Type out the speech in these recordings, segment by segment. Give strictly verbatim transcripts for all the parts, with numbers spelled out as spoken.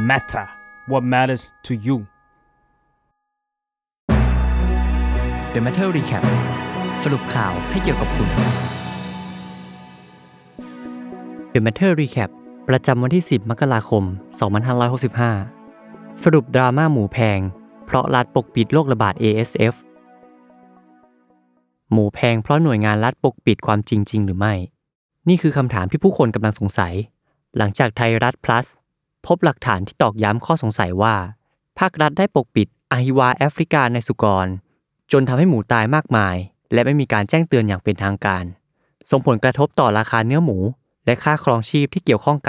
matter what matters to you The Matter Recap สรุปข่าวให้เกี่ยวกับคุณ The Matter Recap ประจำวันที่สิบมกราคมสองพันห้าร้อยหกสิบห้าสรุปดราม่าหมูแพงเพราะรัฐปกปิดโรคระบาด เอ เอส เอฟ หมูแพงเพราะหน่วยงานรัฐปกปิดความจริงจริงหรือไม่นี่คือคำถามที่ผู้คนกำลังสงสัยหลังจากไทยรัฐ plus พบหลักฐานที่ตอกย้ำข้อสงสัยว่าภาครัฐได้ปกปิดอหิวาแอฟริกาในสุกรจนทำให้หมูตายมากมายและไม่มีการแจ้งเตือนอย่างเป็นทางการส่งผลกระทบต่อราคาเนื้อหมูและค่าครองชีพที่เกี่ยวข้องกัน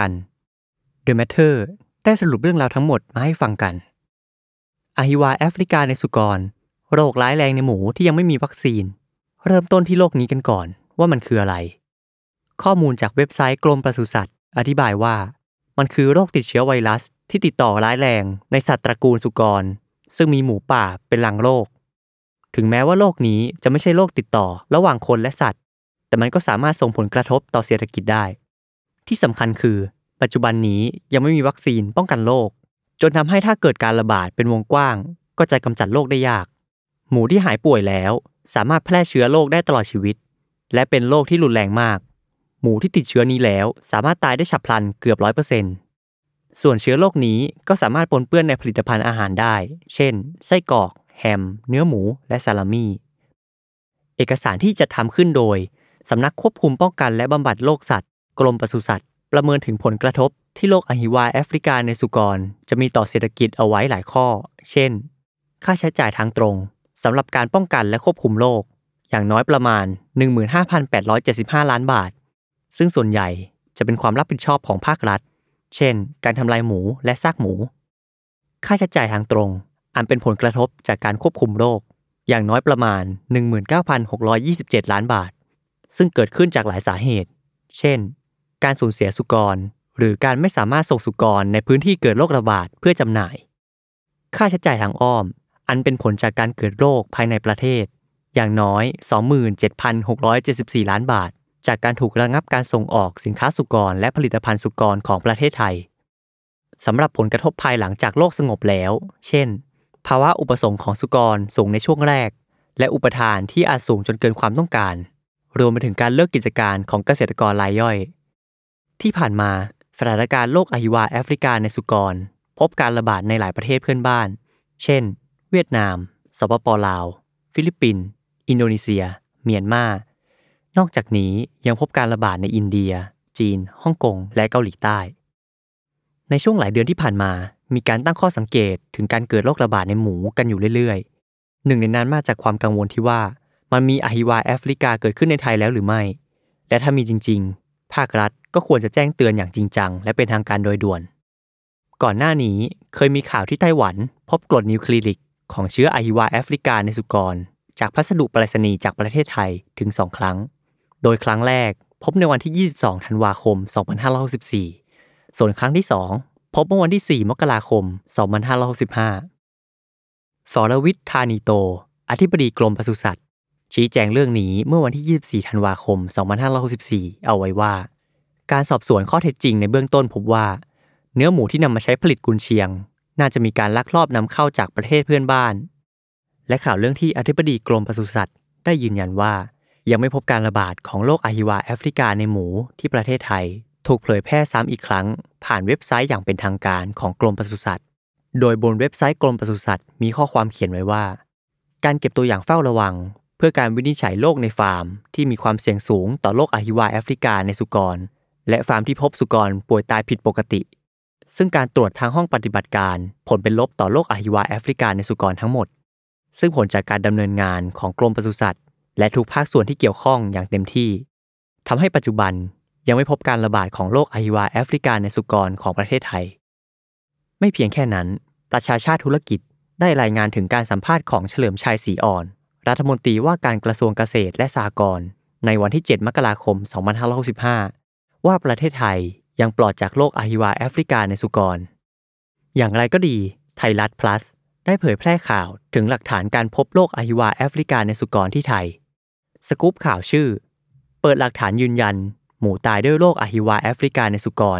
The Matter ได้สรุปเรื่องราวทั้งหมดมาให้ฟังกันอหิวาแอฟริกาในสุกรโรคร้ายแรงในหมูที่ยังไม่มีวัคซีนเริ่มต้นที่โรคนี้กันก่อนว่ามันคืออะไรข้อมูลจากเว็บไซต์กรมปศุสัตว์อธิบายว่ามันคือโรคติดเชื้อไวรัสที่ติดต่อร้ายแรงในสัตว์ตระกูลสุกรซึ่งมีหมูป่าเป็นหลังโรคถึงแม้ว่าโรคนี้จะไม่ใช่โรคติดต่อระหว่างคนและสัตว์แต่มันก็สามารถส่งผลกระทบต่อเศรษฐกิจได้ที่สำคัญคือปัจจุบันนี้ยังไม่มีวัคซีนป้องกันโรคจนทำให้ถ้าเกิดการระบาดเป็นวงกว้างก็จะกำจัดโรคได้ยากหมูที่หายป่วยแล้วสามารถแพร่เชื้อโรคได้ตลอดชีวิตและเป็นโรคที่รุนแรงมากหมูที่ติดเชื้อนี้แล้วสามารถตายได้ฉับพลันเกือบ ร้อยเปอร์เซ็นต์ ส่วนเชื้อโรคนี้ก็สามารถปนเปื้อนในผลิตภัณฑ์อาหารได้เช่นไส้กรอกแฮมเนื้อหมูและซาลามี่เอกสารที่จัดทำขึ้นโดยสำนักควบคุมป้องกันและบำบัดโรคสัตว์กรมปศุสัตว์ประเมินถึงผลกระทบที่โรคอหิวาแอฟริกาในสุกรจะมีต่อเศรษฐกิจเอาไว้หลายข้อเช่นค่าใช้จ่ายทางตรงสำหรับการป้องกันและควบคุมโรคอย่างน้อยประมาณ หนึ่งหมื่นห้าพันแปดร้อยเจ็ดสิบห้า ล้านบาทซึ่งส่วนใหญ่จะเป็นความรับผิดชอบของภาครัฐเช่นการทำลายหมูและซากหมูค่าใช้จ่ายทางตรงอันเป็นผลกระทบจากการควบคุมโรคอย่างน้อยประมาณ หนึ่งหมื่นเก้าพันหกร้อยยี่สิบเจ็ด ล้านบาทซึ่งเกิดขึ้นจากหลายสาเหตุเช่นการสูญเสียสุกรหรือการไม่สามารถส่งสุกรในพื้นที่เกิดโรคระบาดเพื่อจำหน่ายค่าใช้จ่ายทางอ้อมอันเป็นผลจากการเกิดโรคภายในประเทศอย่างน้อย สองหมื่นเจ็ดพันหกร้อยเจ็ดสิบสี่ ล้านบาทจากการถูกระงับการส่งออกสินค้าสุกรและผลิตภัณฑ์สุกรของประเทศไทยสำหรับผลกระทบภายหลังจากโรคสงบแล้วเช่นภาวะอุปสงค์ของสุกรสูงในช่วงแรกและอุปทานที่อาจสูงจนเกินความต้องการรวมไปถึงการเลิกกิจการของเกษตรกรรายย่อยที่ผ่านมาสถานการณ์โรคอหิวาแอฟริกาในสุกรพบการระบาดในหลายประเทศเพื่อนบ้านเช่นเวียดนามสปป.ลาวฟิลิปปินส์อินโดนีเซียเมียนมานอกจากนี้ยังพบการระบาดในอินเดียจีนฮ่องกงและเกาหลีใต้ในช่วงหลายเดือนที่ผ่านมามีการตั้งข้อสังเกตถึงการเกิดโรคระบาดในหมูกันอยู่เรื่อยๆหนึ่งในนั้นมาจากความกังวลที่ว่ามันมีอหิวาแอฟริกาเกิดขึ้นในไทยแล้วหรือไม่และถ้ามีจริงๆภาครัฐก็ควรจะแจ้งเตือนอย่างจริงจังและเป็นทางการโดยด่วนก่อนหน้านี้เคยมีข่าวที่ไต้หวันพบกรดนิวคลีลิกของเชื้ออหิวาแอฟริกาในสุกรจากพัสดุไปรษณีย์จากประเทศไทยถึงสองครั้งโดยครั้งแรกพบในวันที่ยี่สิบสองธันวาคมสองพันห้าร้อยหกสิบสี่ส่วนครั้งที่สองพบเมื่อวันที่สี่มกราคมสองพันห้าร้อยหกสิบห้าสรวิทย์ธานีโตอธิบดีกรมปศุสัตว์ชี้แจงเรื่องนี้เมื่อวันที่ยี่สิบสี่ธันวาคมสองพันห้าร้อยหกสิบสี่เอาไว้ว่าการสอบสวนข้อเท็จจริงในเบื้องต้นพบว่าเนื้อหมูที่นำมาใช้ผลิตกุนเชียงน่าจะมีการลักลอบนำเข้าจากประเทศเพื่อนบ้านและข่าวเรื่องที่อธิบดีกรมปศุสัตว์ได้ยืนยันว่ายังไม่พบการระบาดของโรคอหิวาแอฟริกาในหมูที่ประเทศไทยถูกเผยแพร่ซ้ำอีกครั้งผ่านเว็บไซต์อย่างเป็นทางการของกรมปศุสัตว์โดยบนเว็บไซต์กรมปศุสัตว์มีข้อความเขียนไว้ว่าการเก็บตัวอย่างเฝ้าระวังเพื่อการวินิจฉัยโรคในฟาร์มที่มีความเสี่ยงสูงต่อโรคอหิวาแอฟริกาในสุกรและฟาร์มที่พบสุกรป่วยตายผิดปกติซึ่งการตรวจทางห้องปฏิบัติการผลเป็นลบต่อโรคอหิวาแอฟริกาในสุกรทั้งหมดซึ่งผลจากการดำเนินงานของกรมปศุสัตว์และทุกภาคส่วนที่เกี่ยวข้องอย่างเต็มที่ทำให้ปัจจุบันยังไม่พบการระบาดของโรคอหิวาแอฟริกาในสุกรของประเทศไทยไม่เพียงแค่นั้นประชาชาติธุรกิจได้รายงานถึงการสัมภาษณ์ของเฉลิมชัยศรีอ่อนรัฐมนตรีว่าการกระทรวงเกษตรและสหกรณ์ในวันที่เจ็ดมกราคมสองพันห้าร้อยหกสิบห้าว่าประเทศไทยยังปลอดจากโรคอหิวาแอฟริกาในสุกรอย่างไรก็ดีไทยรัฐ plus ได้เผยแพร่ข่าวถึงหลักฐานการพบโรคอหิวาแอฟริกาในสุกรที่ไทยสกู๊ปข่าวชื่อเปิดหลักฐานยืนยันหมูตายด้วยโรคอหิวาแอฟริกาในสุกร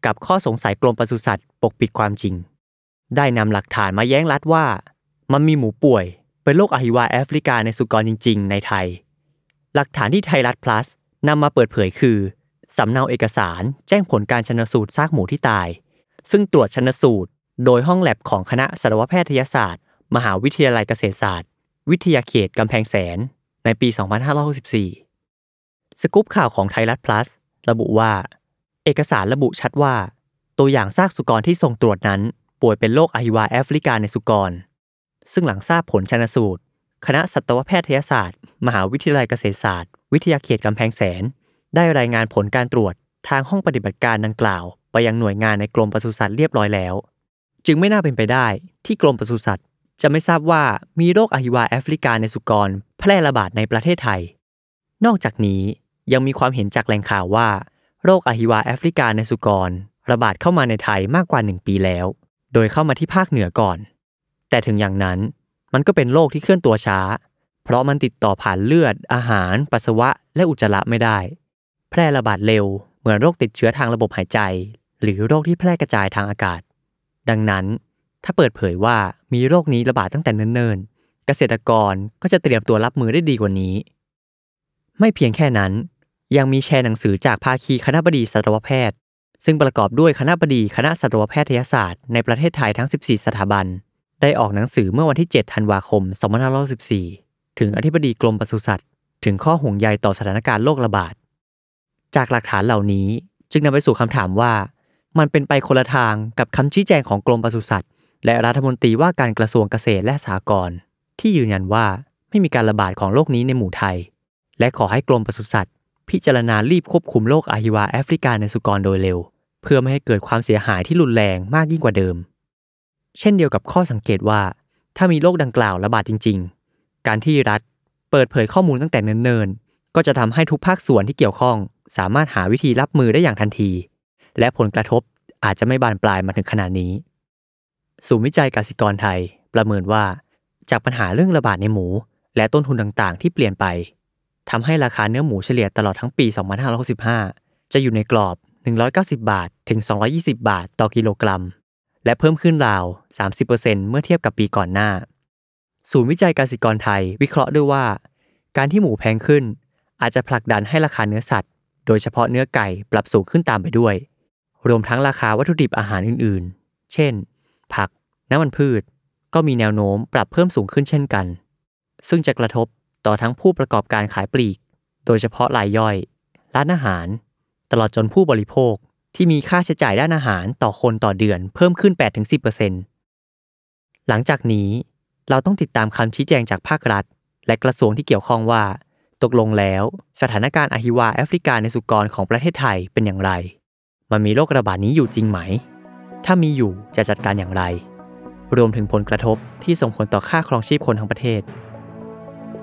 กับข้อสงสัยกรมปศุสัตว์ปกปิดความจริงได้นำหลักฐานมาแย้งรัฐว่ามันมีหมูป่วยเป็นโรคอหิวาแอฟริกาในสุกรจริงๆในไทยหลักฐานที่ไทยรัฐ plus นำมาเปิดเผยคือสำเนาเอกสารแจ้งผลการชันสูตรซากหมูที่ตายซึ่งตรวจชันสูตรโดยห้องแลบของคณะสัตวแพทยศาสตร์มหาวิทยาลัยเกษตรศาสตร์วิทยาเขตกำแพงแสนในปีสองพันห้าร้อยหกสิบสี่สกู๊ปข่าวของไทยรัฐ plus ระบุว่าเอกสารระบุชัดว่าตัวอย่างซากสุกรที่ส่งตรวจนั้นป่วยเป็นโรคอหิวาแอฟริกาในสุกรซึ่งหลังทราบผลชันสูตรคณะสัตวแพทยศาสตร์มหาวิทยาลัยเกษตรศาสตร์วิทยาเขตกำแพงแสนได้รายงานผลการตรวจทางห้องปฏิบัติการดังกล่าวไปยังหน่วยงานในกรมปศุสัตว์เรียบร้อยแล้วจึงไม่น่าเป็นไปได้ที่กรมปศุสัตว์จะไม่ทราบว่ามีโรคอหิวาแอฟริกาในสุกรแพร่ระบาดในประเทศไทยนอกจากนี้ยังมีความเห็นจากแหล่งข่าวว่าโรคอหิวาแอฟริกาในสุกรระบาดเข้ามาในไทยมากกว่าหนึ่งปีแล้วโดยเข้ามาที่ภาคเหนือก่อนแต่ถึงอย่างนั้นมันก็เป็นโรคที่เคลื่อนตัวช้าเพราะมันติดต่อผ่านเลือดอาหารปัสสาวะและอุจจาระไม่ได้แพร่ระบาดเร็วเหมือนโรคติดเชื้อทางระบบหายใจหรือโรคที่แพร่กระจายทางอากาศดังนั้นถ้าเปิดเผยว่ามีโรคนี้ระบาดตั้งแต่เนิ่นๆเกษตรกรก็จะเตรียมตัวรับมือได้ดีกว่านี้ไม่เพียงแค่นั้นยังมีแชร์หนังสือจากภาคีคณบดีสัตวแพทย์ซึ่งประกอบด้วยคณบดีคณะสัตวแพทยศาสตร์ในประเทศไทยทั้งสิบสี่สถาบันได้ออกหนังสือเมื่อวันที่เจ็ดธันวาคมสองพันห้าร้อยสิบสี่ถึงอธิบดีกรมปศุสัตว์ถึงข้อห่วงใยต่อสถานการณ์โรคระบาดจากหลักฐานเหล่านี้จึงนำไปสู่คำถามว่ามันเป็นไปคนละทางกับคำชี้แจงของกรมปศุสัตว์และรัฐมนตรีว่าการกระทรวงเกษตรและสหกรณ์ที่ยืนยันว่าไม่มีการระบาดของโรคนี้ในหมู่ไทยและขอให้กรมปศุสัตว์พิจารณารีบควบคุมโรคอหิวาแอฟริกาในสุกรโดยเร็วเพื่อไม่ให้เกิดความเสียหายที่รุนแรงมากยิ่งกว่าเดิมเช่นเดียวกับข้อสังเกตว่าถ้ามีโรคดังกล่าวระบาดจริงๆการที่รัฐเปิดเผยข้อมูลตั้งแต่เนิ่นๆก็จะทำให้ทุกภาคส่วนที่เกี่ยวข้องสามารถหาวิธีรับมือได้อย่างทันทีและผลกระทบอาจจะไม่บานปลายมาถึงขนาดนี้ศูนย์วิจัยกสิกรไทยประเมินว่าจากปัญหาเรื่องระบาดในหมูและต้นทุนต่างๆที่เปลี่ยนไปทำให้ราคาเนื้อหมูเฉลี่ยตลอดทั้งปีสองพันห้าร้อยหกสิบห้าจะอยู่ในกรอบหนึ่งร้อยเก้าสิบบาทถึงสองร้อยยี่สิบบาทต่อกิโลกรัมและเพิ่มขึ้นราว สามสิบเปอร์เซ็นต์ เมื่อเทียบกับปีก่อนหน้าศูนย์วิจัยกสิกรไทยวิเคราะห์ด้วยว่าการที่หมูแพงขึ้นอาจจะผลักดันให้ราคาเนื้อสัตว์โดยเฉพาะเนื้อไก่ปรับสูงขึ้นตามไปด้วยรวมทั้งราคาวัตถุดิบอาหารอื่นๆเช่นผักน้ำมันพืชก็มีแนวโน้มปรับเพิ่มสูงขึ้นเช่นกันซึ่งจะกระทบต่อทั้งผู้ประกอบการขายปลีกโดยเฉพาะรายย่อยร้านอาหารตลอดจนผู้บริโภคที่มีค่าใช้จ่ายด้านอาหารต่อคนต่อเดือนเพิ่มขึ้น แปดถึงสิบเปอร์เซ็นต์ หลังจากนี้เราต้องติดตามคำชี้แจงจากภาครัฐและกระทรวงที่เกี่ยวข้องว่าตกลงแล้วสถานการณ์อหิวาแอฟริกาในสุกรของประเทศไทยเป็นอย่างไรมันมีโรคระบาดนี้อยู่จริงไหมถ้ามีอยู่จะจัดการอย่างไรรวมถึงผลกระทบที่ส่งผลต่อค่าครองชีพคนทั้งประเทศ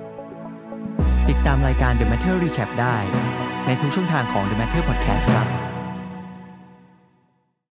ติดตามรายการ The Matter Recap ได้ในทุกช่องทางของ The Matter Podcast ครับ